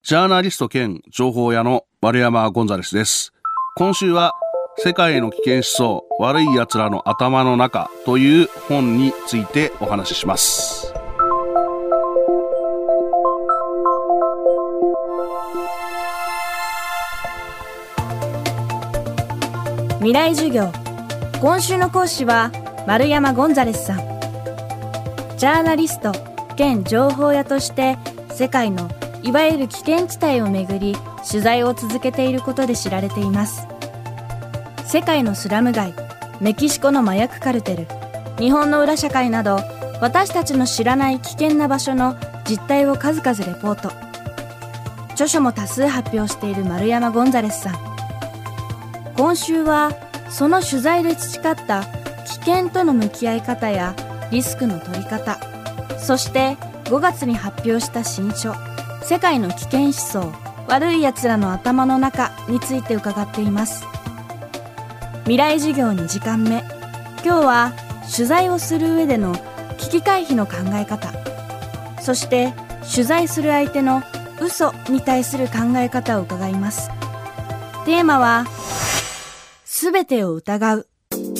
ジャーナリスト兼情報屋の丸山ゴンザレスです。今週は世界への危険思想、悪い奴らの頭の中という本についてお話しします。 未来授業、今週の講師は丸山ゴンザレスさん。ジャーナリスト兼情報屋として世界のいわゆる危険地帯をめぐり取材を続けていることで知られています。世界のスラム街、メキシコの麻薬カルテル、日本の裏社会など私たちの知らない危険な場所の実態を数々レポート。著書も多数発表している丸山ゴンザレスさん。今週はその取材で培った危険との向き合い方やリスクの取り方、そして5月に発表した新書、世界の危険思想、悪い奴らの頭の中について伺っています。未来授業2時間目、今日は取材をする上での危機回避の考え方、そして取材する相手の嘘に対する考え方を伺います。テーマはすべてを疑う。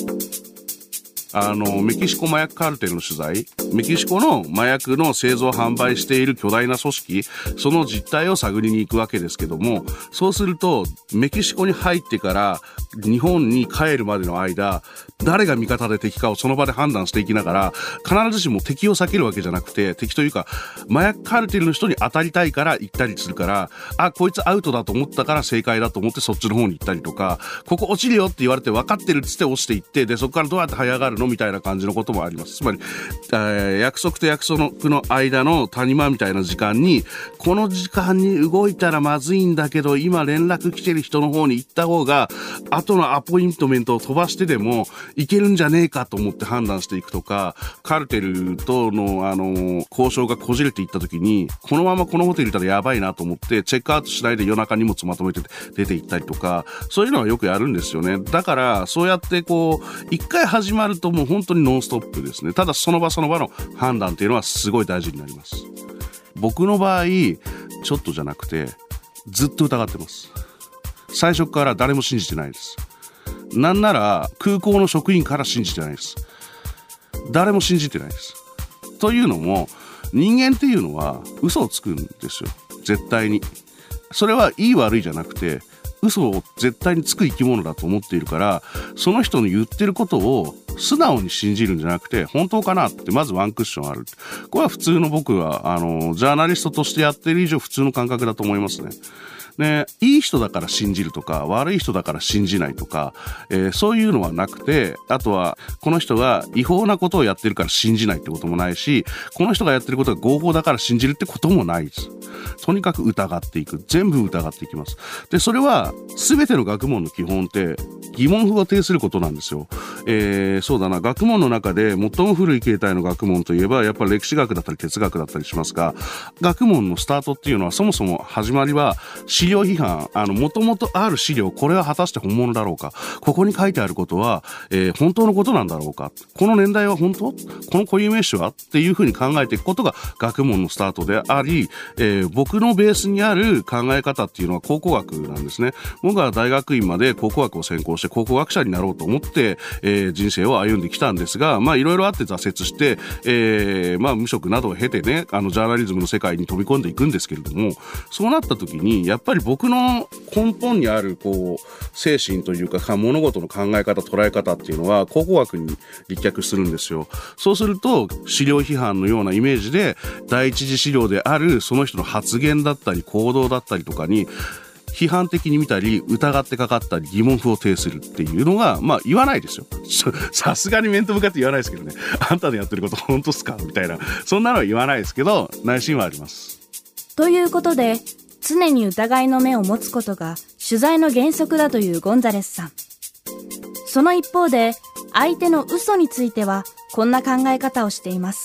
メキシコ麻薬カルテルの取材、メキシコの麻薬の製造販売している巨大な組織、その実態を探りに行くわけですけども、そうするとメキシコに入ってから日本に帰るまでの間、誰が味方で敵かをその場で判断していきながら、必ずしも敵を避けるわけじゃなくて、敵というか麻薬カルテルの人に当たりたいから行ったりするから、あ、こいつアウトだと思ったから正解だと思ってそっちの方に行ったりとか、ここ落ちるよって言われて分かってるっつって落ちていって、でそこからどうやって這い上がるのみたいな感じのこともあります。つまり、約束と約束の間の谷間みたいな時間に、この時間に動いたらまずいんだけど今連絡来てる人の方に行った方が後のアポイントメントを飛ばしてでもいけるんじゃねえかと思って判断していくとか、カルテルとの交渉がこじれていった時に、このままこのホテルいたらやばいなと思ってチェックアウトしないで夜中荷物まとめて出て行ったりとか、そういうのはよくやるんですよね。だからそうやって一回始まるともう本当にノンストップですね。ただその場その場の判断っていうのはすごい大事になります。僕の場合ちょっとじゃなくてずっと疑ってます。最初から誰も信じてないです。なんなら空港の職員から信じてないです。誰も信じてないです。というのも、人間っていうのは嘘をつくんですよ、絶対に。それはいい悪いじゃなくて、嘘を絶対につく生き物だと思っているから、その人の言ってることを素直に信じるんじゃなくて、本当かなってまずワンクッションある。これは普通の、僕はジャーナリストとしてやってる以上普通の感覚だと思いますね。ね、いい人だから信じるとか、悪い人だから信じないとか、そういうのはなくて、あとはこの人が違法なことをやってるから信じないってこともないし、この人がやってることが合法だから信じるってこともないです。とにかく疑っていく。全部疑っていきます。で、それは全ての学問の基本って疑問符を呈することなんですよ。そうだな、学問の中で最も古い形態の学問といえばやっぱり歴史学だったり哲学だったりしますが、学問のスタートっていうのはそもそも始まりは資料批判、元々ある資料、これは果たして本物だろうか、ここに書いてあることは、本当のことなんだろうか、この年代は本当、この固有名詞はっていうふうに考えていくことが学問のスタートであり、僕のベースにある考え方っていうのは考古学なんですね。僕は大学院まで考古学を専攻して考古学者になろうと思って、人生を歩んできたんですが、いろいろあって挫折して、無職などを経てね、ジャーナリズムの世界に飛び込んでいくんですけれども、そうなった時にやっぱり僕の根本にある精神というか物事の考え方、捉え方っていうのは考古学に立脚するんですよ。そうすると資料批判のようなイメージで、第一次資料であるその人の発言だったり行動だったりとかに批判的に見たり疑ってかかったり疑問符を呈するっていうのが、言わないですよ。さすがに面と向かって言わないですけどね、あんたのやってること本当っすかみたいな、そんなのは言わないですけど、内心はあります。 ということで、常に疑いの目を持つことが取材の原則だというゴンザレスさん。その一方で、相手の嘘についてはこんな考え方をしています。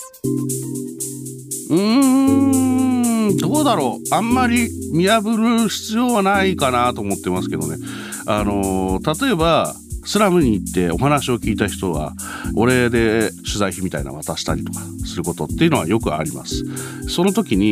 どうだろう、あんまり見破る必要はないかなと思ってますけどね。例えばスラムに行ってお話を聞いた人はお礼で取材費みたいなの渡したりとかすることっていうのはよくあります。その時に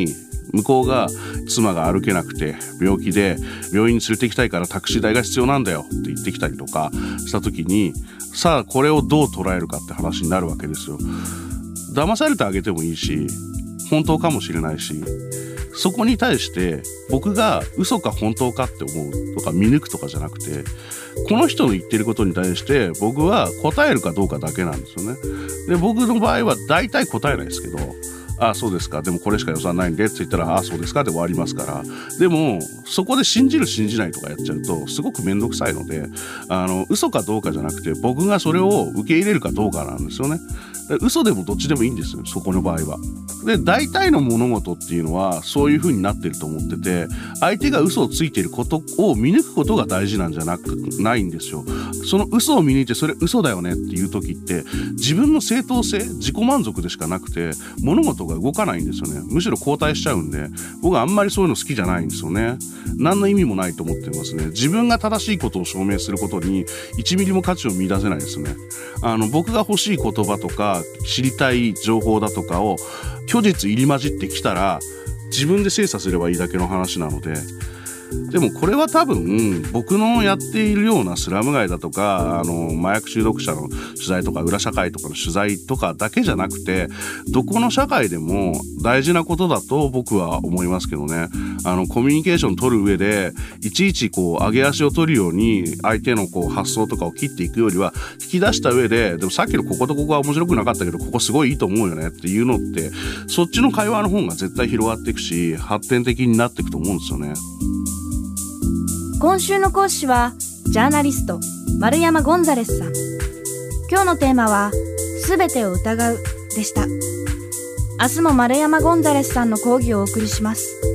向こうが妻が歩けなくて病気で病院に連れて行きたいからタクシー代が必要なんだよって言ってきたりとかした時に、さあこれをどう捉えるかって話になるわけですよ。騙されてあげてもいいし、本当かもしれないし、そこに対して僕が嘘か本当かって思うとか見抜くとかじゃなくて、この人の言ってることに対して僕は答えるかどうかだけなんですよね。で、僕の場合は大体答えないですけど、ああそうですか、でもこれしか予算ないんでって言ったら、ああそうですかで終わりますから。でもそこで信じる信じないとかやっちゃうとすごくめんどくさいので、嘘かどうかじゃなくて僕がそれを受け入れるかどうかなんですよね。嘘でもどっちでもいいんですよ、そこの場合は。で、大体の物事っていうのはそういう風になってると思ってて、相手が嘘をついていることを見抜くことが大事なんじゃないんですよ。その嘘を見抜いて、それ嘘だよねっていう時って自分の正当性、自己満足でしかなくて物事が動かないんですよね。むしろ後退しちゃうんで、僕はあんまりそういうの好きじゃないんですよね。何の意味もないと思ってますね。自分が正しいことを証明することに1ミリも価値を見出せないですね。僕が欲しい言葉とか知りたい情報だとかを虚実入り混じってきたら自分で精査すればいいだけの話なので、でもこれは多分僕のやっているようなスラム街だとか麻薬中毒者の取材とか裏社会とかの取材とかだけじゃなくて、どこの社会でも大事なことだと僕は思いますけどね。コミュニケーション取る上でいちいち上げ足を取るように相手の発想とかを切っていくよりは、引き出した上で、でもさっきのこことここは面白くなかったけどここすごいいいと思うよねっていうのって、そっちの会話の方が絶対広がっていくし発展的になっていくと思うんですよね。 今週の講師はジャーナリスト丸山ゴンザレスさん。今日のテーマはすべてを疑うでした。明日も丸山ゴンザレスさんの講義をお送りします。